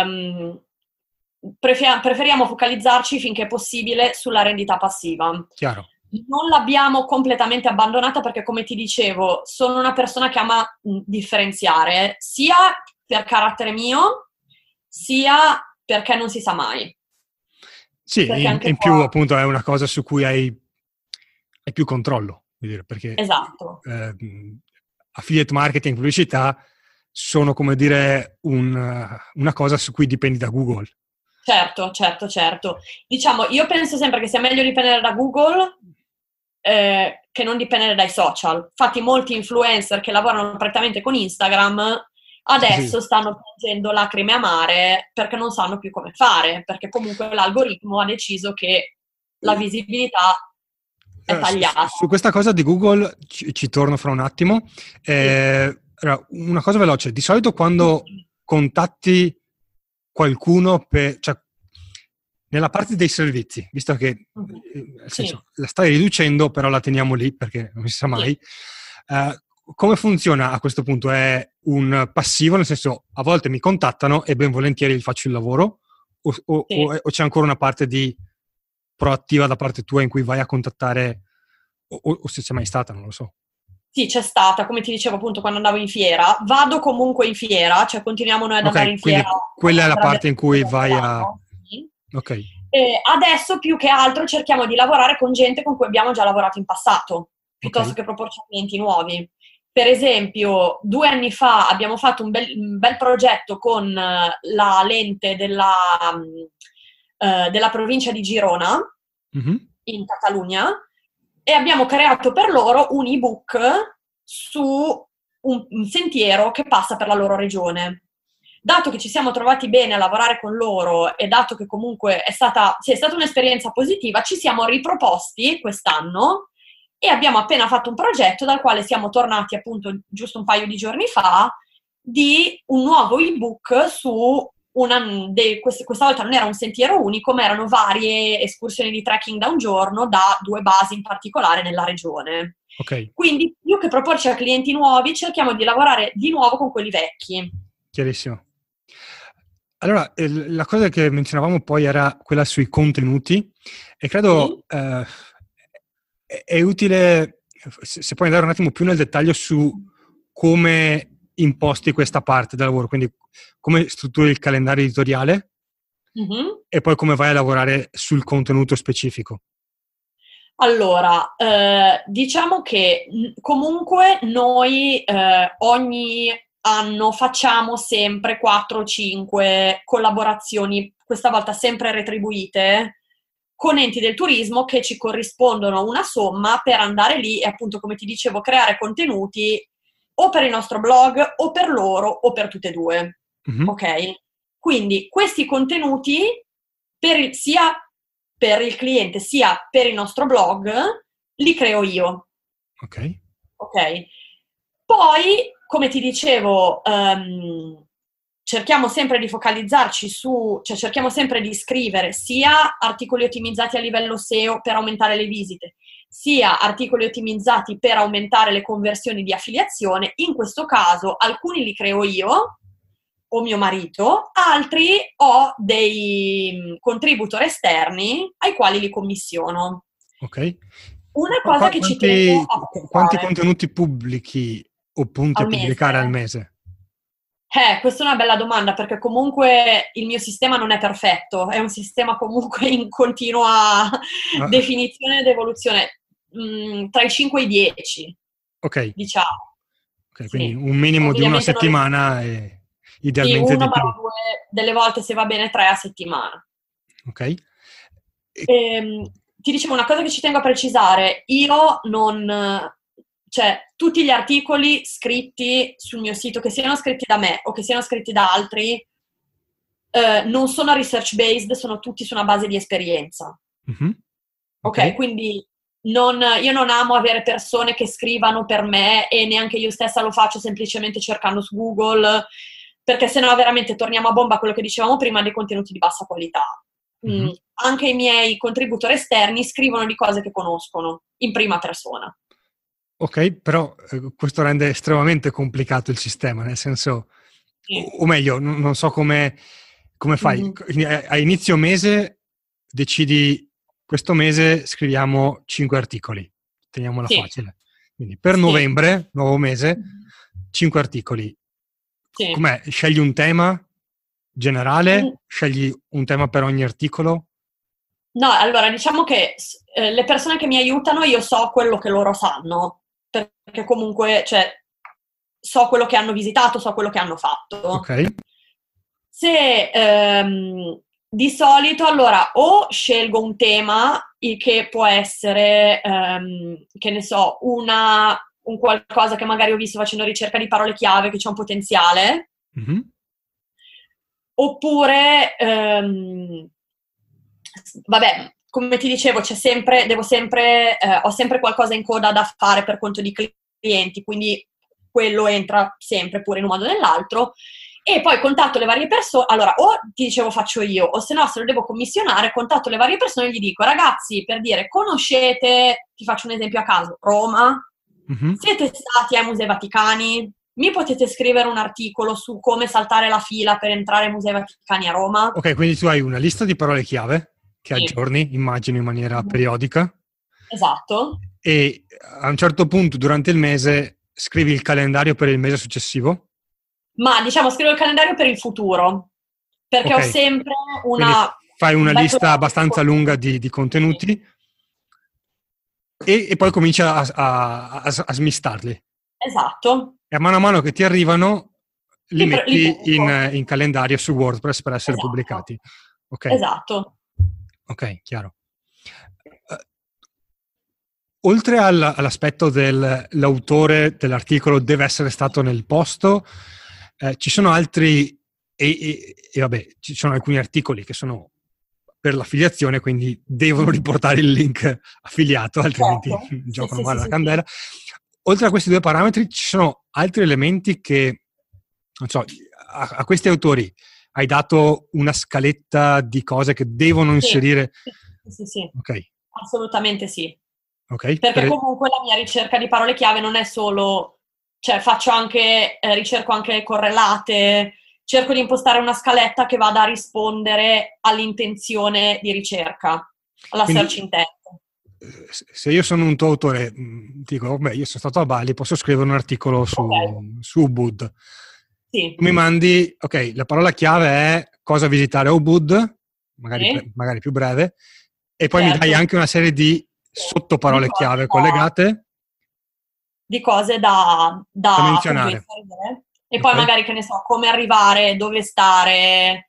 focalizzarci finché possibile sulla rendita passiva.
Chiaro.
Non l'abbiamo completamente abbandonata perché, come ti dicevo, sono una persona che ama differenziare, sia per carattere mio, sia perché non si sa mai.
Sì, in più appunto è una cosa su cui hai più controllo, vuol dire, perché
esatto.
Affiliate marketing, pubblicità sono, come dire, una cosa su cui dipendi da Google.
Certo. Diciamo, io penso sempre che sia meglio dipendere da Google che non dipendere dai social. Infatti molti influencer che lavorano prettamente con Instagram adesso stanno piangendo lacrime amare perché non sanno più come fare, perché comunque l'algoritmo ha deciso che la visibilità è tagliata.
Su questa cosa di Google ci torno fra un attimo. Allora, una cosa veloce, di solito quando contatti qualcuno cioè, nella parte dei servizi, visto che nel senso, la stai riducendo, però la teniamo lì perché non si sa mai, come funziona a questo punto? È un passivo, nel senso, a volte mi contattano e ben volentieri gli faccio il lavoro, o c'è ancora una parte di proattiva da parte tua in cui vai a contattare, o se c'è mai stata, non lo so.
Sì, c'è stata, come ti dicevo appunto quando andavo in fiera, vado comunque in fiera, cioè continuiamo noi ad andare in fiera.
Quindi quella è la parte in cui vai a...
Sì.
Ok.
E adesso più che altro cerchiamo di lavorare con gente con cui abbiamo già lavorato in passato, piuttosto che proporci clienti nuovi. Per esempio, 2 anni fa abbiamo fatto un bel progetto con la lente della provincia di Girona, in Catalogna, e abbiamo creato per loro un ebook su un sentiero che passa per la loro regione. Dato che ci siamo trovati bene a lavorare con loro e dato che comunque è stata un'esperienza positiva, ci siamo riproposti quest'anno e abbiamo appena fatto un progetto dal quale siamo tornati appunto giusto un paio di giorni fa, di un nuovo ebook su questa volta non era un sentiero unico, ma erano varie escursioni di trekking da un giorno da 2 basi in particolare nella regione.
Ok.
Quindi più che proporci a clienti nuovi, cerchiamo di lavorare di nuovo con quelli vecchi.
Chiarissimo. Allora, la cosa che menzionavamo poi era quella sui contenuti e credo è utile se puoi andare un attimo più nel dettaglio su come imposti questa parte del lavoro, quindi come strutturi il calendario editoriale e poi come vai a lavorare sul contenuto specifico.
Allora, diciamo che comunque noi ogni anno facciamo sempre 4 o 5 collaborazioni, questa volta sempre retribuite, con enti del turismo che ci corrispondono una somma per andare lì e appunto, come ti dicevo, creare contenuti o per il nostro blog o per loro o per tutte e due. Ok? Quindi questi contenuti sia per il cliente sia per il nostro blog li creo io.
Ok.
Poi, come ti dicevo, cerchiamo sempre di focalizzarci cioè cerchiamo sempre di scrivere sia articoli ottimizzati a livello SEO per aumentare le visite, sia articoli ottimizzati per aumentare le conversioni di affiliazione. In questo caso alcuni li creo io o mio marito, altri ho dei contributor esterni ai quali li commissiono.
Ok.
Una cosa che ci tengo a
quanti contenuti pubblichi o punti a pubblicare al mese?
Questa è una bella domanda, perché comunque il mio sistema non è perfetto, è un sistema comunque in continua definizione ed evoluzione, tra i 5 e i 10, diciamo.
Ok, quindi un minimo di una settimana e idealmente
sì, 1
di più.
2, delle volte se va bene 3 a settimana.
Ok.
Ti dicevo una cosa che ci tengo a precisare, io cioè tutti gli articoli scritti sul mio sito, che siano scritti da me o che siano scritti da altri, non sono research based, sono tutti su una base di esperienza. Ok, quindi io non amo avere persone che scrivano per me e neanche io stessa lo faccio semplicemente cercando su Google, perché sennò veramente torniamo a bomba a quello che dicevamo prima, dei contenuti di bassa qualità. Anche i miei contributor esterni scrivono di cose che conoscono in prima persona. Ok,
però questo rende estremamente complicato il sistema, nel senso, o meglio, non so come fai. A inizio mese decidi, questo mese scriviamo 5 articoli, teniamola facile. Quindi per novembre, nuovo mese, 5 articoli. Com'è? Scegli un tema generale? Scegli un tema per ogni articolo?
No, allora diciamo che le persone che mi aiutano, io so quello che loro sanno, perché comunque, cioè, so quello che hanno visitato, so quello che hanno fatto.
Ok.
Se di solito, allora, o scelgo un tema che può essere, che ne so, un qualcosa che magari ho visto facendo ricerca di parole chiave, che c'è un potenziale, oppure, vabbè, come ti dicevo, ho sempre qualcosa in coda da fare per conto di clienti, quindi quello entra sempre pure in un modo o nell'altro, e poi contatto le varie persone. Allora, o ti dicevo faccio io, o se no, se lo devo commissionare, contatto le varie persone e gli dico: ragazzi, per dire, conoscete, ti faccio un esempio a caso, Roma? Siete stati ai Musei Vaticani? Mi potete scrivere un articolo su come saltare la fila per entrare ai Musei Vaticani a Roma?
Ok, quindi tu hai una lista di parole chiave che aggiorni, immagino, in maniera periodica.
Esatto.
E a un certo punto durante il mese scrivi il calendario per il mese successivo?
Ma diciamo scrivo il calendario per il futuro, perché ho sempre
fai una
Vai
lista abbastanza lunga di contenuti e poi cominci a smistarli.
Esatto.
E a mano che ti arrivano li
Li
metti
punto.
in calendario su WordPress per essere
Esatto.
pubblicati. Ok,
Esatto.
ok, chiaro. Oltre all'aspetto dell'autore dell'articolo deve essere stato nel posto, ci sono altri, e vabbè, ci sono alcuni articoli che sono per l'affiliazione, quindi devono riportare il link affiliato, altrimenti
Certo. Sì,
giocano
sì,
male
sì,
la
sì, sì.
candela. Oltre a questi due parametri, ci sono altri elementi che, non so, a questi autori hai dato una scaletta di cose che devono
Sì,
inserire.
sì, sì, sì,
Ok,
assolutamente sì.
ok.
Perché comunque la mia ricerca di parole chiave non è solo, cioè faccio anche, ricerco anche correlate, cerco di impostare una scaletta che vada a rispondere all'intenzione di ricerca, alla search
Quindi
intent.
se io sono un tuo autore, dico, beh, io sono stato a Bali, posso scrivere un articolo
Ok,
su Ubud.
sì,
Tu mi mandi, ok, la parola chiave è cosa visitare a Ubud,
sì,
magari più breve, e poi mi dai
certo.
anche una serie di
Di
sottoparole
cose
chiave
da,
collegate
di cose da,
da
da appunto
menzionare.
inserire. E poi
Ok?
magari, che ne so, come arrivare, dove stare,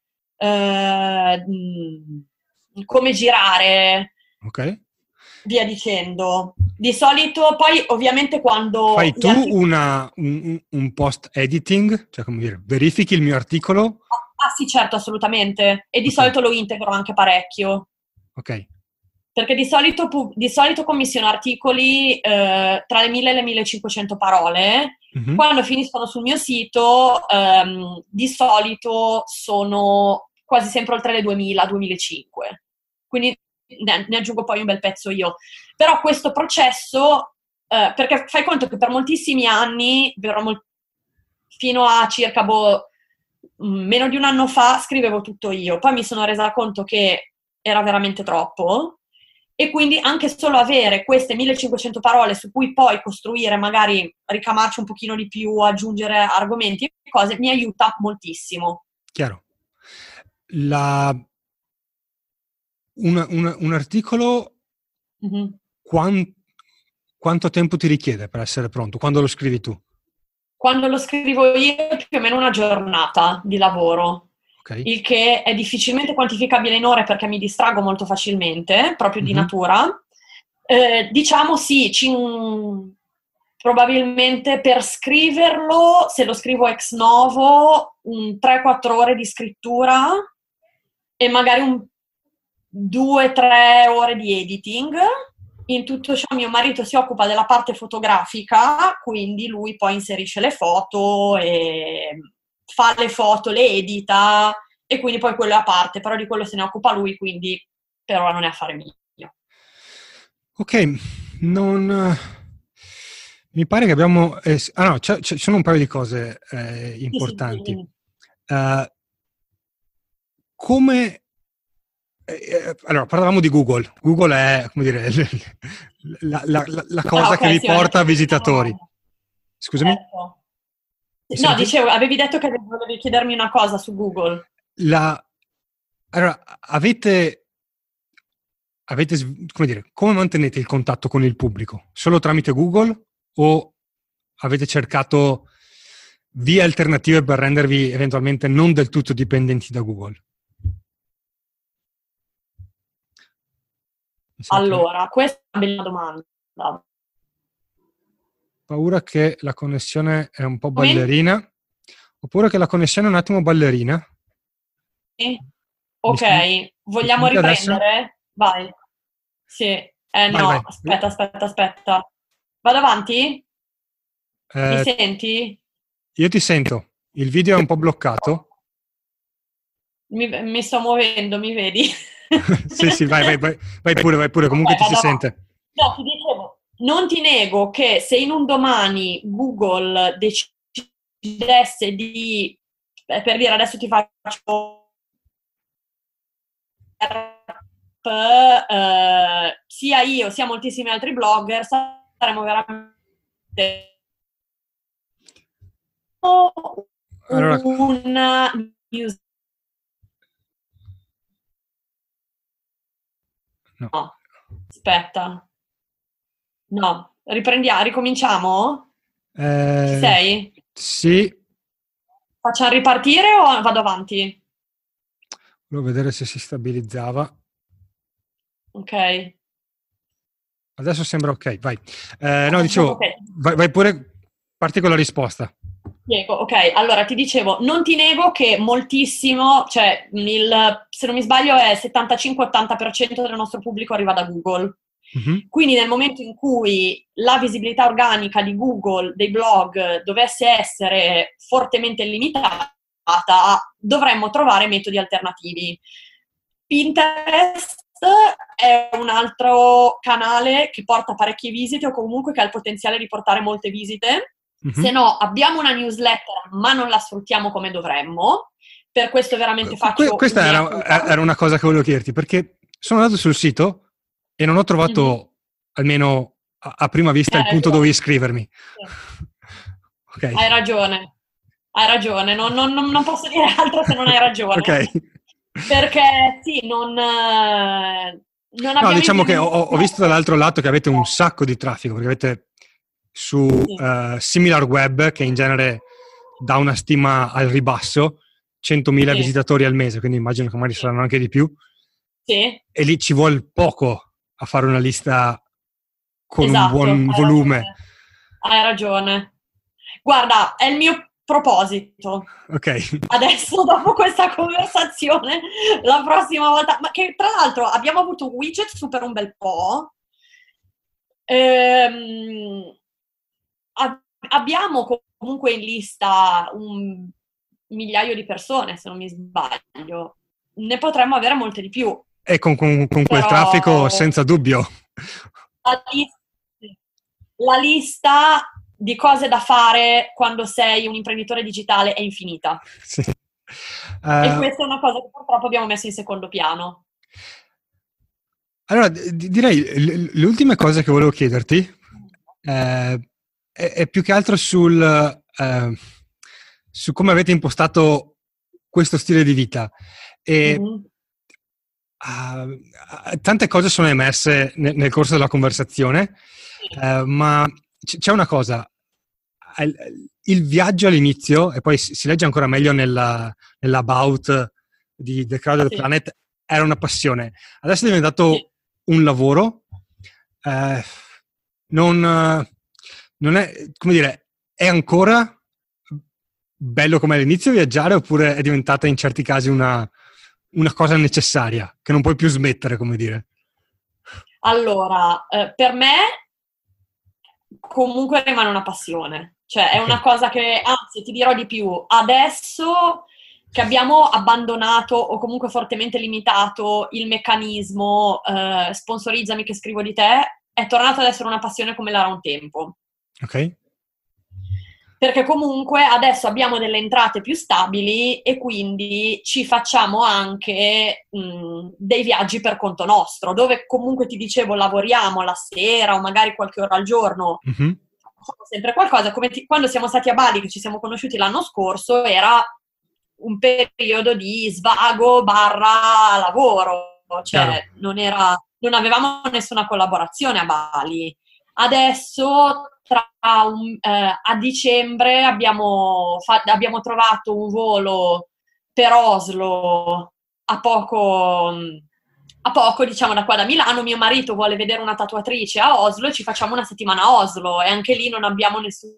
come girare,
Ok?
via dicendo. Di solito, poi ovviamente quando
Fai
gli
tu
articoli...
un post editing, cioè come dire, verifichi il mio articolo.
Ah sì, certo, assolutamente. E di
Ok,
solito lo integro anche parecchio.
ok.
Perché di solito commissiono articoli tra le 1000 e le 1500 parole.
Mhm.
Quando finiscono sul mio sito, di solito sono quasi sempre oltre le 2000, 2005. Quindi ne aggiungo poi un bel pezzo io. Però questo processo, perché fai conto che per moltissimi anni, fino a circa meno di un anno fa, scrivevo tutto io. Poi mi sono resa conto che era veramente troppo e quindi anche solo avere queste 1500 parole su cui poi costruire, magari ricamarci un pochino di più, aggiungere argomenti e cose, mi aiuta moltissimo.
Chiaro. La, un articolo,
Mhm.
quan- quanto tempo ti richiede per essere pronto? Quando lo scrivi tu?
Quando lo scrivo io è più o meno una giornata di lavoro,
Ok?
il che è difficilmente quantificabile in ore perché mi distraggo molto facilmente, proprio di
Mhm.
natura. Diciamo sì, probabilmente per scriverlo, se lo scrivo ex novo, un 3-4 ore di scrittura e magari un 2-3 ore di editing. In tutto ciò mio marito si occupa della parte fotografica, quindi lui poi inserisce le foto e fa le foto, le edita e quindi poi quello è a parte, però di quello se ne occupa lui, quindi per ora non è affare mio.
Ok, non... Mi pare che abbiamo... ah no, ci sono un paio di cose
Sì, sì,
importanti.
dimmi.
Eh, come... allora, parlavamo di Google. Google è, come dire, la
Ah,
cosa che
ok,
vi
sì, ma ne
porta a
parliamo
visitatori.
dopo.
Scusami?
Certo.
Mi
No,
senti?
dicevo, avevi detto che volevi chiedermi una cosa su Google.
La... Allora, come dire, come mantenete il contatto con il pubblico? Solo tramite Google o avete cercato vie alternative per rendervi eventualmente non del tutto dipendenti da Google? Mi sa che ho
Allora, questa è una bella domanda.
paura che la connessione è un po'
Momenti?
ballerina, oppure che la connessione è un attimo ballerina. Mi,
Ok,
sen- Mi
vogliamo
senti adesso?
riprendere? Vai. Sì.
Vai,
No,
vai.
aspetta. Vado avanti? Mi
Eh,
senti?
io ti sento. Il video è un po' bloccato.
Mi sto muovendo, mi vedi?
Sì, sì, vai pure,
Ok,
comunque ti si
vado avanti.
sente.
No, ti dicevo, non ti nego che se in un domani Google decidesse di, per dire adesso ti faccio sia io sia moltissimi altri blogger saremmo veramente
Allora,
un news
No.
Aspetta. No, ricominciamo? Ci sei?
Sì.
Facciamo ripartire o vado avanti?
Volevo vedere se si stabilizzava.
Ok.
Adesso sembra ok, vai. No, dicevo,
Okay.
vai pure, parti con la risposta.
Spiego, ok. Allora, ti dicevo, non ti nego che moltissimo, cioè se non mi sbaglio è 75-80% del nostro pubblico arriva da Google.
Mhm.
Quindi nel momento in cui la visibilità organica di Google, dei blog, dovesse essere fortemente limitata, dovremmo trovare metodi alternativi. Pinterest è un altro canale che porta parecchie visite o comunque che ha il potenziale di portare molte visite. Se no, abbiamo una newsletter ma non la sfruttiamo come dovremmo. Per questo veramente faccio
Questa era una cosa che volevo chiederti, perché sono andato sul sito e non ho trovato, almeno a prima vista, il punto dove iscrivermi.
Sì.
Okay.
Hai ragione, non posso dire altro se non hai ragione.
Ok.
Perché sì, non abbiamo...
No, diciamo che ho visto dall'altro lato che avete un sacco di traffico, perché avete su SimilarWeb, che in genere dà una stima al ribasso, 100.000 visitatori al mese, quindi immagino che magari saranno anche di più.
Sì.
E lì ci vuole poco a fare una lista con un buon volume.
Hai ragione. Guarda, è il mio proposito.
Ok.
Adesso, dopo questa conversazione, la prossima volta... Ma che tra l'altro abbiamo avuto un widget su per un bel po'. Abbiamo comunque in lista un migliaio di persone, se non mi sbaglio. Ne potremmo avere molte di più.
E con quel traffico, senza dubbio.
La lista di cose da fare quando sei un imprenditore digitale è infinita.
Sì.
E questa è una cosa che purtroppo abbiamo messo in secondo piano.
Allora, direi le ultime cose che volevo chiederti è più che altro su come avete impostato questo stile di vita. E tante cose sono emerse nel corso della conversazione, ma c'è una cosa. Il viaggio all'inizio, e poi si legge ancora meglio nell'about di The Crowded Planet, era una passione. Adesso è diventato un lavoro. Non è, come dire, è ancora bello come all'inizio viaggiare, oppure è diventata in certi casi una cosa necessaria che non puoi più smettere, come dire?
Allora, per me comunque rimane una passione, cioè è una cosa che, anzi ti dirò di più, adesso che abbiamo abbandonato o comunque fortemente limitato il meccanismo sponsorizzami che scrivo di te, è tornato ad essere una passione come l'era un tempo.
Ok.
Perché comunque adesso abbiamo delle entrate più stabili e quindi ci facciamo anche dei viaggi per conto nostro, dove comunque ti dicevo lavoriamo la sera o magari qualche ora al giorno, facciamo sempre qualcosa. Come quando siamo stati a Bali, che ci siamo conosciuti l'anno scorso, era un periodo di svago barra lavoro, cioè non avevamo nessuna collaborazione a Bali. Adesso a dicembre abbiamo trovato un volo per Oslo a poco, diciamo, da qua da Milano. Mio marito vuole vedere una tatuatrice a Oslo e ci facciamo una settimana a Oslo, e anche lì non abbiamo nessun...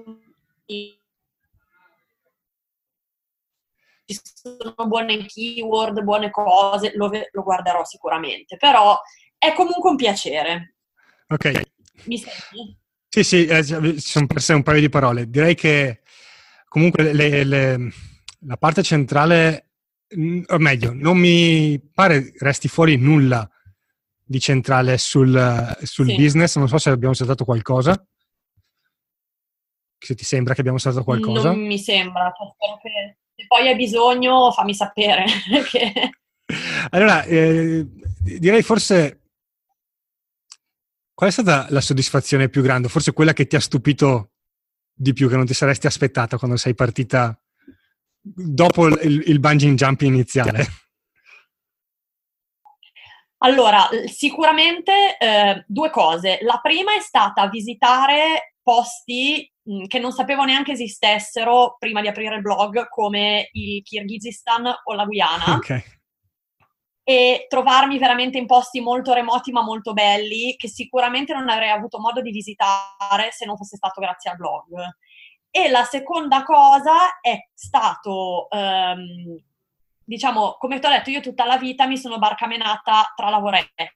Ci sono buone keyword, buone cose, lo guarderò sicuramente, però è comunque un piacere.
Ok.
Mi senti?
Sì, ci sono perse un paio di parole. Direi che comunque la parte centrale, o meglio, non mi pare resti fuori nulla di centrale sul business. Non so se abbiamo saltato qualcosa. Se ti sembra che abbiamo saltato qualcosa.
Non mi sembra. Spero che se poi hai bisogno fammi sapere.
Allora, direi forse... Qual è stata la soddisfazione più grande? Forse quella che ti ha stupito di più, che non ti saresti aspettata quando sei partita dopo il bungee jump iniziale?
Allora, sicuramente due cose. La prima è stata visitare posti che non sapevo neanche esistessero prima di aprire il blog, come il Kirghizistan o la Guyana.
Ok.
E trovarmi veramente in posti molto remoti ma molto belli, che sicuramente non avrei avuto modo di visitare se non fosse stato grazie al blog. E la seconda cosa è stato, diciamo, come ti ho detto, io tutta la vita mi sono barcamenata tra lavoretti.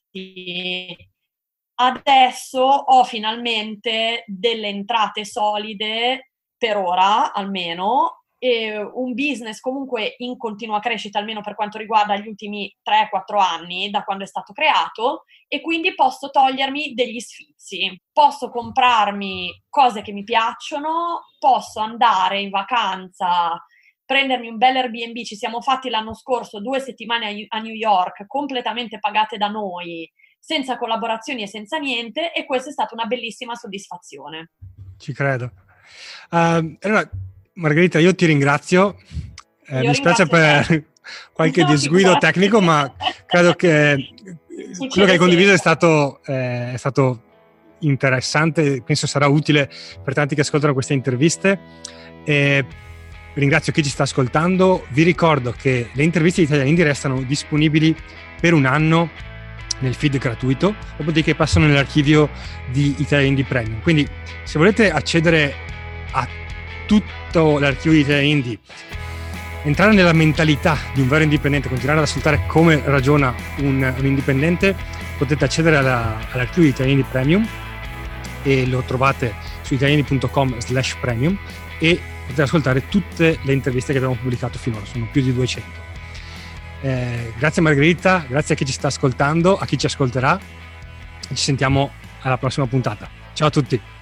Adesso ho finalmente delle entrate solide, per ora almeno, e un business comunque in continua crescita, almeno per quanto riguarda gli ultimi 3-4 anni, da quando è stato creato, e quindi posso togliermi degli sfizi. Posso comprarmi cose che mi piacciono, posso andare in vacanza, prendermi un bel Airbnb. Ci siamo fatti l'anno scorso 2 settimane a New York, completamente pagate da noi, senza collaborazioni e senza niente, e questa è stata una bellissima soddisfazione.
Ci credo. Allora, Margherita, io ti ringrazio. Mi spiace per qualche disguido tecnico, ma credo che quello che hai condiviso è stato interessante, penso sarà utile per tanti che ascoltano queste interviste. Ringrazio chi ci sta ascoltando. Vi ricordo che le interviste di Italian Indie restano disponibili per un anno nel feed gratuito, dopodiché passano nell'archivio di Italian Indie Premium. Quindi se volete accedere a tutto l'archivio di Italian Indie, entrare nella mentalità di un vero indipendente, continuare ad ascoltare come ragiona un indipendente, potete accedere all'archivio di Italian Indie Premium, e lo trovate su italianindie.com/premium, e potete ascoltare tutte le interviste che abbiamo pubblicato finora, sono più di 200. Grazie Margherita, grazie a chi ci sta ascoltando, a chi ci ascolterà, e ci sentiamo alla prossima puntata. Ciao a tutti.